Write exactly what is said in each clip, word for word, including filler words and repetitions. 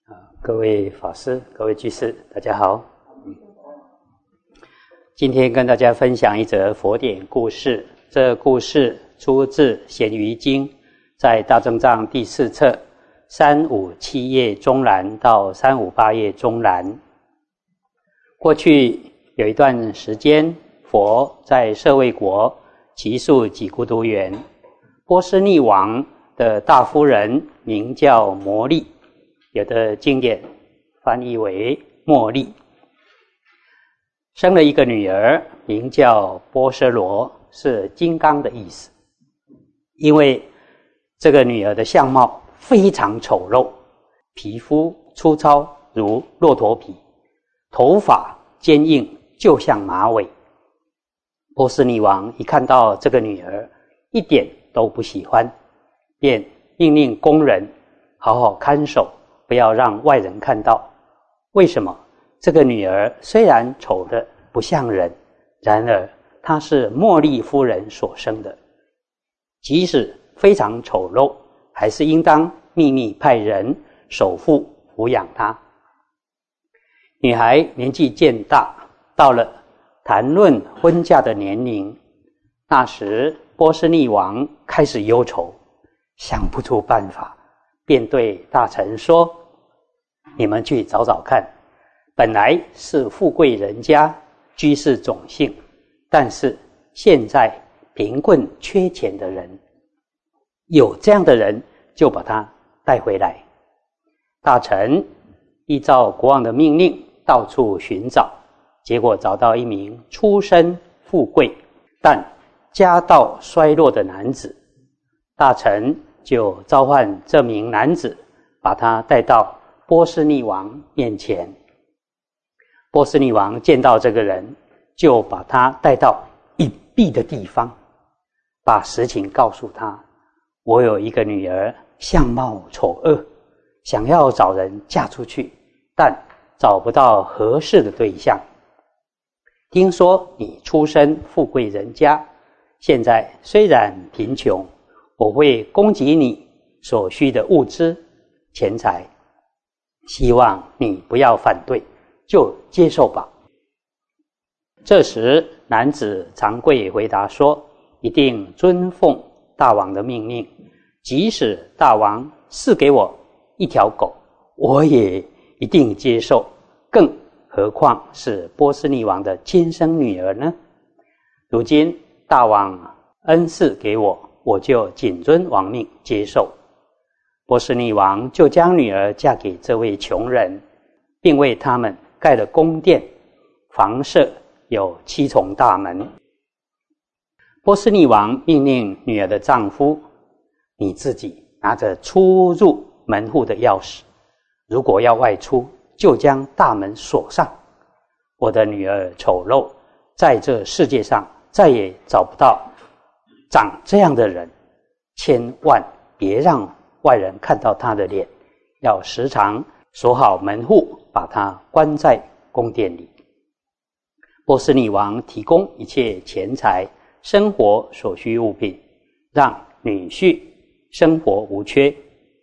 各位法师、各位居士，大家好。今天跟大家分享一则佛典故事。这故事出自《咸鱼经》，在大正藏第四册三五七页中栏到三五八页中栏。过去有一段时间，佛在舍卫国祇树给孤独园，波斯匿王的大夫人名叫摩利，有的经典翻译为茉莉，生了一个女儿，名叫波奢罗，是金刚的意思。因为这个女儿的相貌非常丑陋，皮肤粗糙如骆驼皮，头发坚硬就像马尾。波斯匿王一看到这个女儿，一点都不喜欢，便命令工人好好看守，不要让外人看到。为什么？这个女儿虽然丑得不像人，然而她是茉莉夫人所生的，即使非常丑陋，还是应当秘密派人守护抚养她。女孩年纪渐大，到了谈论婚嫁的年龄，那时波斯匿王开始忧愁，想不出办法，便对大臣说：你们去找找看，本来是富贵人家，居士种姓，但是现在贫困缺钱的人，有这样的人就把他带回来。大臣依照国王的命令到处寻找，结果找到一名出身富贵但家道衰落的男子。大臣就召唤这名男子，把他带到波斯匿王面前。波斯匿王见到这个人，就把他带到隐蔽的地方，把实情告诉他：我有一个女儿，相貌丑恶，想要找人嫁出去，但找不到合适的对象。听说你出身富贵人家，现在虽然贫穷，我会供给你所需的物资、钱财，希望你不要反对，就接受吧。这时男子长贵回答说：一定遵奉大王的命令，即使大王赐给我一条狗，我也一定接受，更何况是波斯匿王的亲生女儿呢？如今大王恩赐给我，我就谨遵王命接受。波斯匿王就将女儿嫁给这位穷人，并为他们盖了宫殿，房舍有七重大门。波斯匿王命令女儿的丈夫：你自己拿着出入门户的钥匙，如果要外出，就将大门锁上。我的女儿丑陋，在这世界上再也找不到长这样的人，千万别让外人看到她的脸，要时常锁好门户，把她关在宫殿里。波斯匿王提供一切钱财、生活所需物品，让女婿生活无缺。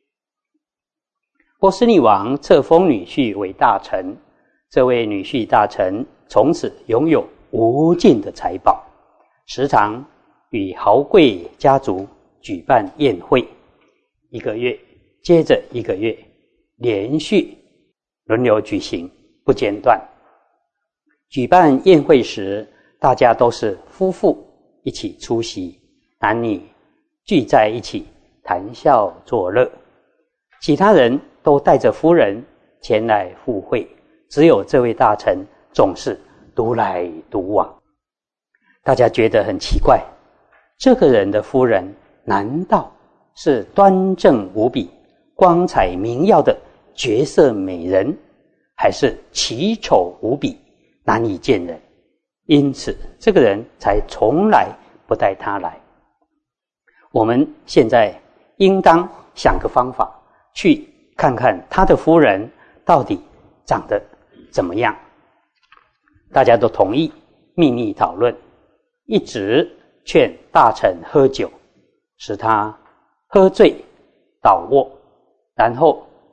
波斯匿王册封女婿为大臣，这位女婿大臣从此拥有无尽的财宝，时常与豪贵家族举办宴会，一个月接着一个月，连续轮流举行，不间断。举办宴会时，大家都是夫妇一起出席，男女聚在一起谈笑作乐，其他人都带着夫人前来赴会，只有这位大臣总是独来独往。大家觉得很奇怪，这个人的夫人难道是端正无比、光彩明耀的绝色美人，还是奇丑无比、难以见人？因此这个人才从来不带他来。我们现在应当想个方法，去看看他的夫人到底长得怎么样。大家都同意，秘密讨论，一直劝大臣喝酒，使他喝醉倒卧，然后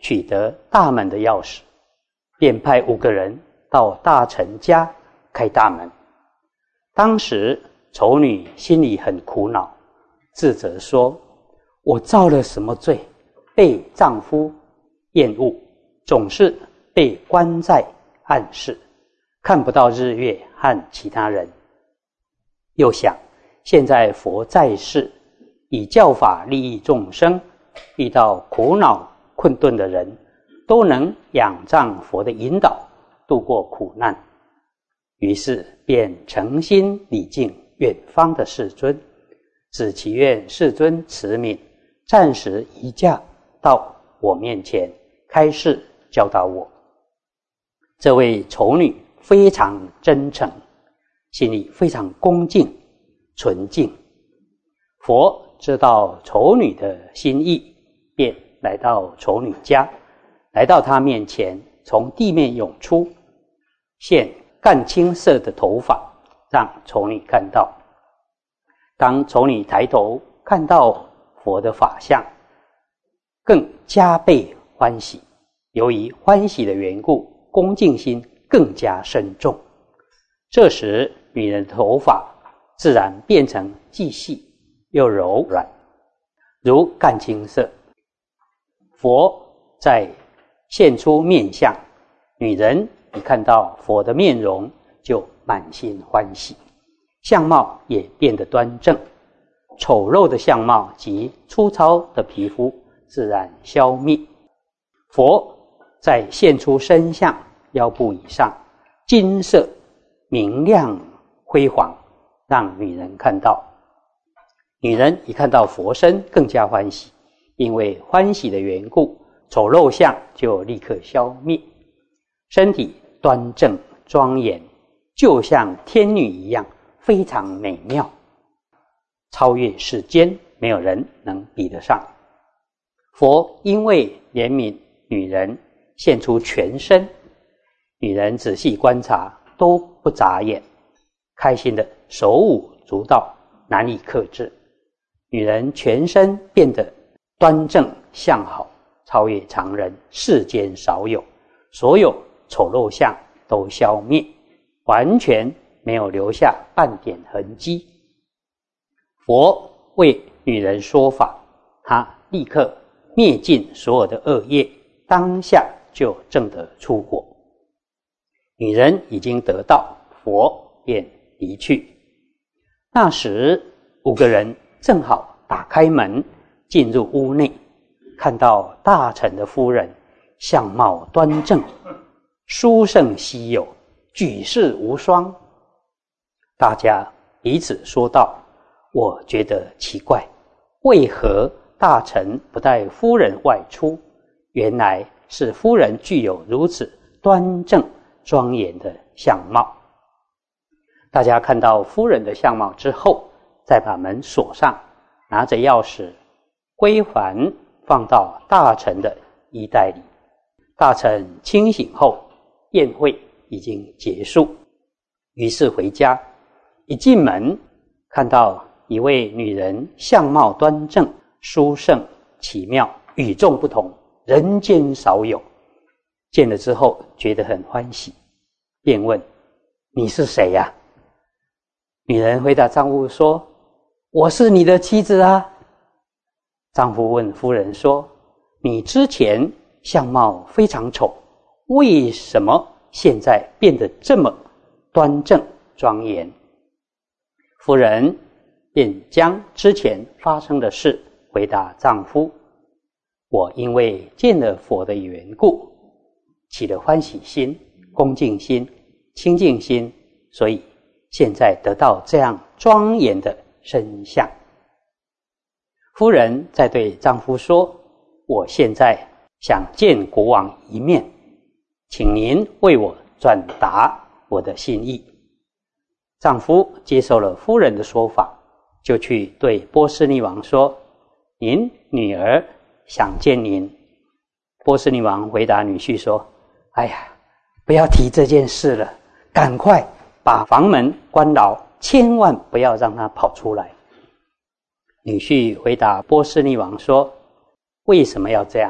取得大门的钥匙，便派五个人到大臣家开大门。当时丑女心里很苦恼，自责说：我造了什么罪，被丈夫厌恶，总是被关在暗室，看不到日月和其他人。又想现在佛在世，以教法利益众生，遇到苦恼困顿的人都能仰仗佛的引导度过苦难，于是便诚心礼敬远方的世尊，只祈愿世尊慈悯，暂时移驾到我面前开示教导我。这位丑女非常真诚，心里非常恭敬纯净。佛知道丑女的心意，便来到丑女家，来到她面前，从地面涌出，现紺青色的头发，让丑女看到。当丑女抬头看到佛的法相，更加倍欢喜。由于欢喜的缘故，恭敬心更加深重。这时女人的头发自然变成既细又柔软，如紺青色。佛在现出面相，女人一看到佛的面容，就满心欢喜，相貌也变得端正，丑陋的相貌及粗糙的皮肤自然消灭。佛再现出身相，腰部以上金色明亮辉煌，让女人看到。女人一看到佛身更加欢喜，因为欢喜的缘故，丑陋相就立刻消灭，身体端正庄严，就像天女一样，非常美妙，超越世间，没有人能比得上。佛因为怜悯女人，现出全身，女人仔细观察都不眨眼，开心的手舞足蹈，难以克制。女人全身变得端正相好，超越常人，世间少有，所有丑陋相都消灭，完全没有留下半点痕迹。佛为女人说法，他立刻灭尽所有的恶业，当下就证得出果。女人已经得到，佛便离去。那时五个人正好打开门进入屋内，看到大臣的夫人相貌端正，殊胜稀有，举世无双。大家彼此说道：我觉得奇怪，为何大臣不带夫人外出？原来是夫人具有如此端正庄严的相貌。大家看到夫人的相貌之后，再把门锁上，拿着钥匙归还放到大臣的衣袋里。大臣清醒后，宴会已经结束，于是回家。一进门看到一位女人，相貌端正，殊胜奇妙，与众不同，人间少有。见了之后觉得很欢喜，便问：你是谁呀？女人回答丈夫说：我是你的妻子啊。丈夫问夫人说：你之前相貌非常丑，为什么现在变得这么端正庄严？夫人便将之前发生的事回答丈夫：我因为见了佛的缘故，起了欢喜心、恭敬心、清净心，所以现在得到这样庄严的身相。夫人再对丈夫说：我现在想见国王一面，请您为我转达我的心意。丈夫接受了夫人的说法，就去对波斯匿王说：您女儿想见您。波斯匿王回答女婿说：哎呀，不要提这件事了，赶快把房门关牢，千万不要让她跑出来。女婿回答波斯匿王说：为什么要这样？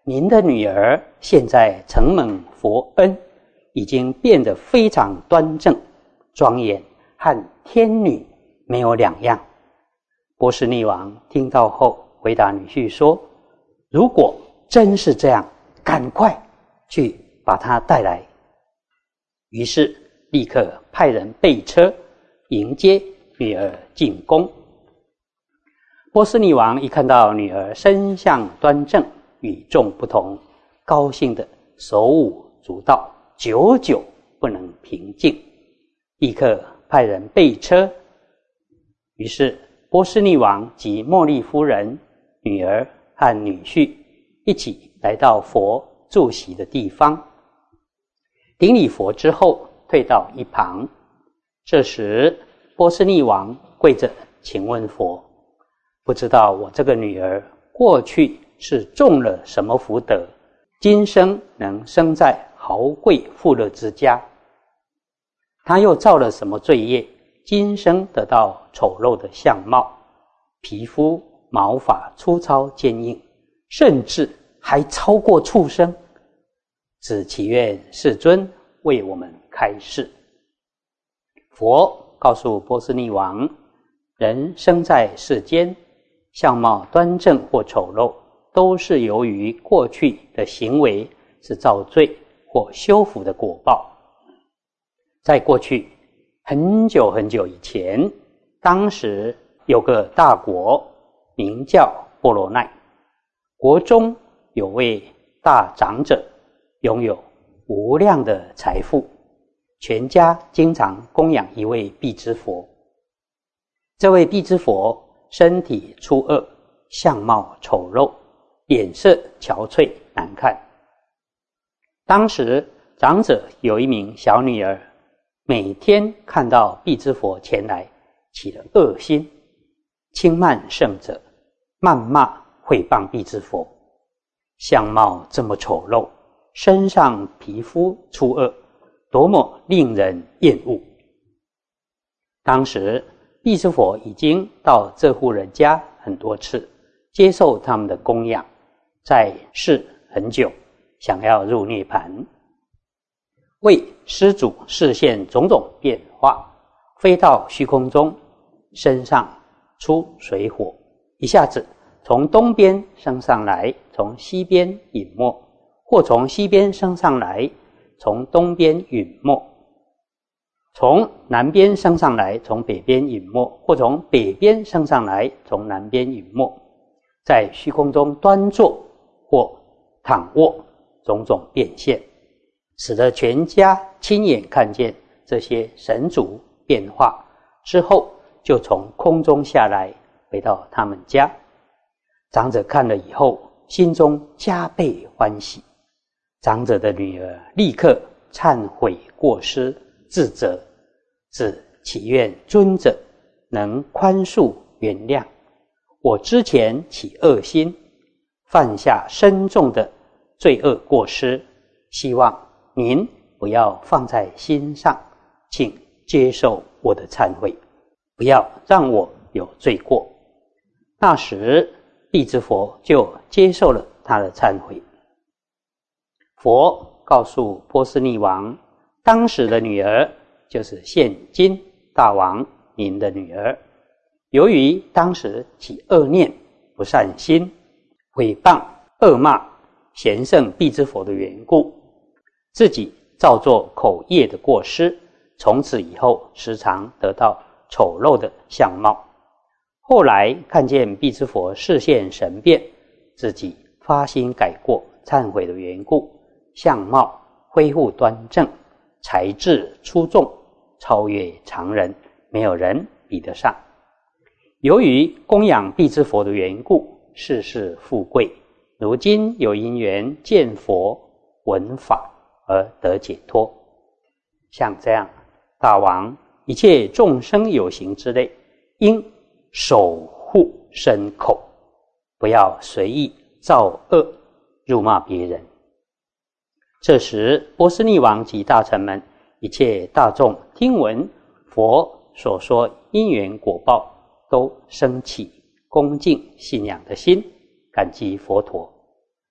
您的女儿现在承蒙佛恩，已经变得非常端正庄严，和天女没有两样。波斯匿王听到后回答女婿说，如果真是这样，赶快去把她带来。于是立刻派人备车迎接女儿进宫。波斯匿王一看到女儿身相端正，与众不同，高兴的手舞足蹈，久久不能平静，立刻派人备车。于是波斯匿王及茉莉夫人、女儿和女婿一起来到佛住席的地方，顶礼佛之后退到一旁。这时波斯匿王跪着请问佛，不知道我这个女儿过去是种了什么福德，今生能生在豪贵富乐之家？她又造了什么罪业，今生得到丑陋的相貌，皮肤毛发粗糙坚硬，甚至还超过畜生？只祈愿世尊为我们开示。佛告诉波斯匿王，人生在世间，相貌端正或丑陋，都是由于过去的行为是造罪或修福的果报。在过去很久很久以前，当时有个大国名叫波罗奈，国中有位大长者，拥有无量的财富，全家经常供养一位辟支佛。这位辟支佛身体粗恶，相貌丑陋，脸色憔悴难看。当时长者有一名小女儿，每天看到辟支佛前来，起了恶心，轻慢圣者，谩骂毁谤辟支佛。相貌这么丑陋，身上皮肤粗恶，多么令人厌恶。当时辟支佛已经到这户人家很多次，接受他们的供养，在世很久，想要入涅盘，为施主示现种种变化，飞到虚空中，身上出水火，一下子从东边升上来，从西边隐没，或从西边升上来，从东边隐没，从南边升上来，从北边隐没，或从北边升上来，从南边隐没，在虚空中端坐或躺卧，种种变现，使得全家亲眼看见这些神足变化之后，就从空中下来，回到他们家。长者看了以后，心中加倍欢喜。长者的女儿立刻忏悔过失，自责，只祈愿尊者能宽恕原谅。我之前起恶心，犯下深重的罪恶过失，希望您不要放在心上，请接受我的忏悔，不要让我有罪过。那时辟支佛就接受了他的忏悔。佛告诉波斯匿王，当时的女儿就是现今大王您的女儿，由于当时起恶念、不善心、毁谤、恶骂贤圣辟支佛的缘故，自己造作口业的过失，从此以后时常得到丑陋的相貌。后来看见辟支佛示现神变，自己发心改过忏悔的缘故，相貌恢复端正，才智出众，超越常人，没有人比得上。由于供养辟支佛的缘故，世世富贵，如今有因缘见佛闻法而得解脱。像这样，大王一切众生有形之类，应守护身口，不要随意造恶辱骂别人。这时波斯匿王及大臣们一切大众听闻佛所说因缘果报，都升起恭敬信仰的心，感激佛陀。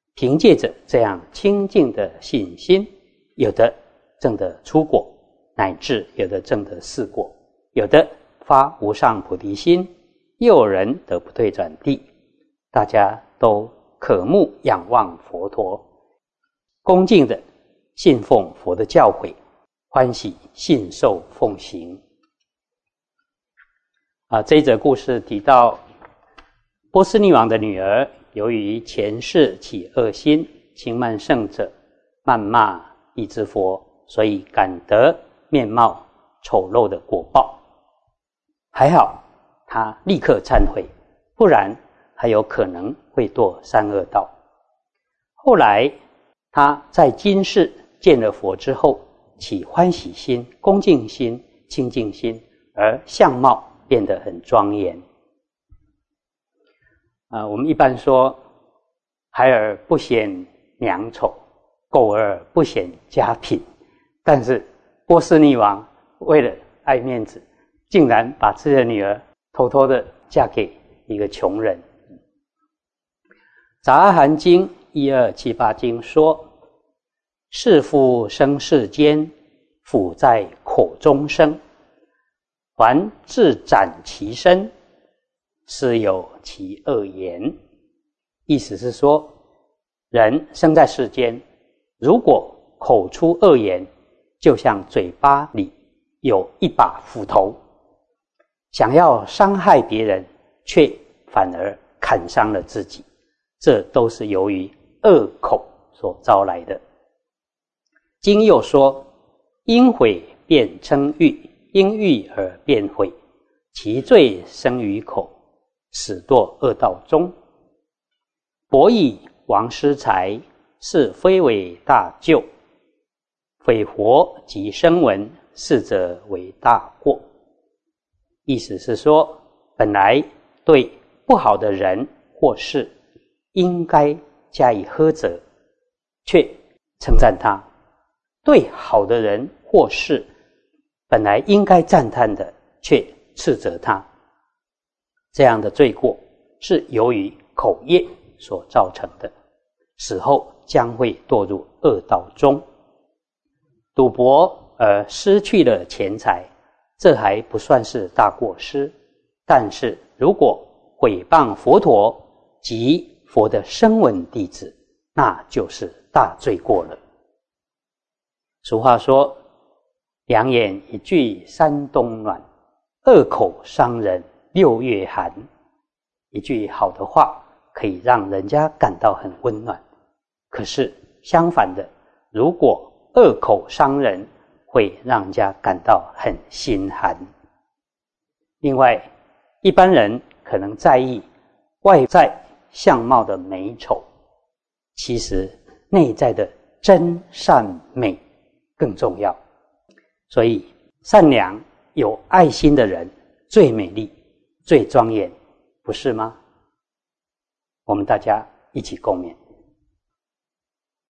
凭借着这样清净的信心，有的证得初果，乃至有的证得四果，有的发无上菩提心，又有人得不退转地。大家都渴慕仰望佛陀，恭敬的信奉佛的教诲，欢喜信受奉行。啊，这一则故事提到波斯匿王的女儿，由于前世起恶心，轻慢圣者，谩骂一之佛，所以感得面貌丑陋的果报。还好她立刻忏悔，不然还有可能会堕三恶道。后来她在今世见了佛之后，起欢喜心、恭敬心、清净心，而相貌变得很庄严。呃，我们一般说孩儿不嫌娘丑，狗儿不嫌家贫，但是波斯匿王为了爱面子，竟然把自己的女儿偷偷的嫁给一个穷人。杂阿含经一二七八经说，是夫生世间，腐在口中生，还自斩其身，是有其恶言。意思是说，人生在世间，如果口出恶言，就像嘴巴里有一把斧头，想要伤害别人，却反而砍伤了自己，这都是由于恶口所招来的。经又说，因毁便称誉，因誉而变毁，其罪生于口，使堕恶道中。博以王师财，是非为大咎；匪活及声闻，是则为大过。意思是说，本来对不好的人或事应该加以呵责，却称赞他；对好的人或事本来应该赞叹的，却斥责他。这样的罪过是由于口业所造成的，死后将会堕入恶道中。赌博而失去了钱财，这还不算是大过失，但是如果毁谤佛陀及佛的声闻弟子，那就是大罪过了。俗话说，两眼一句三冬暖，恶口伤人六月寒。一句好的话可以让人家感到很温暖，可是相反的，如果恶口伤人，会让人家感到很心寒。另外，一般人可能在意外在相貌的美丑，其实内在的真善美更重要。所以善良有爱心的人最美丽最庄严，不是吗？我们大家一起共勉。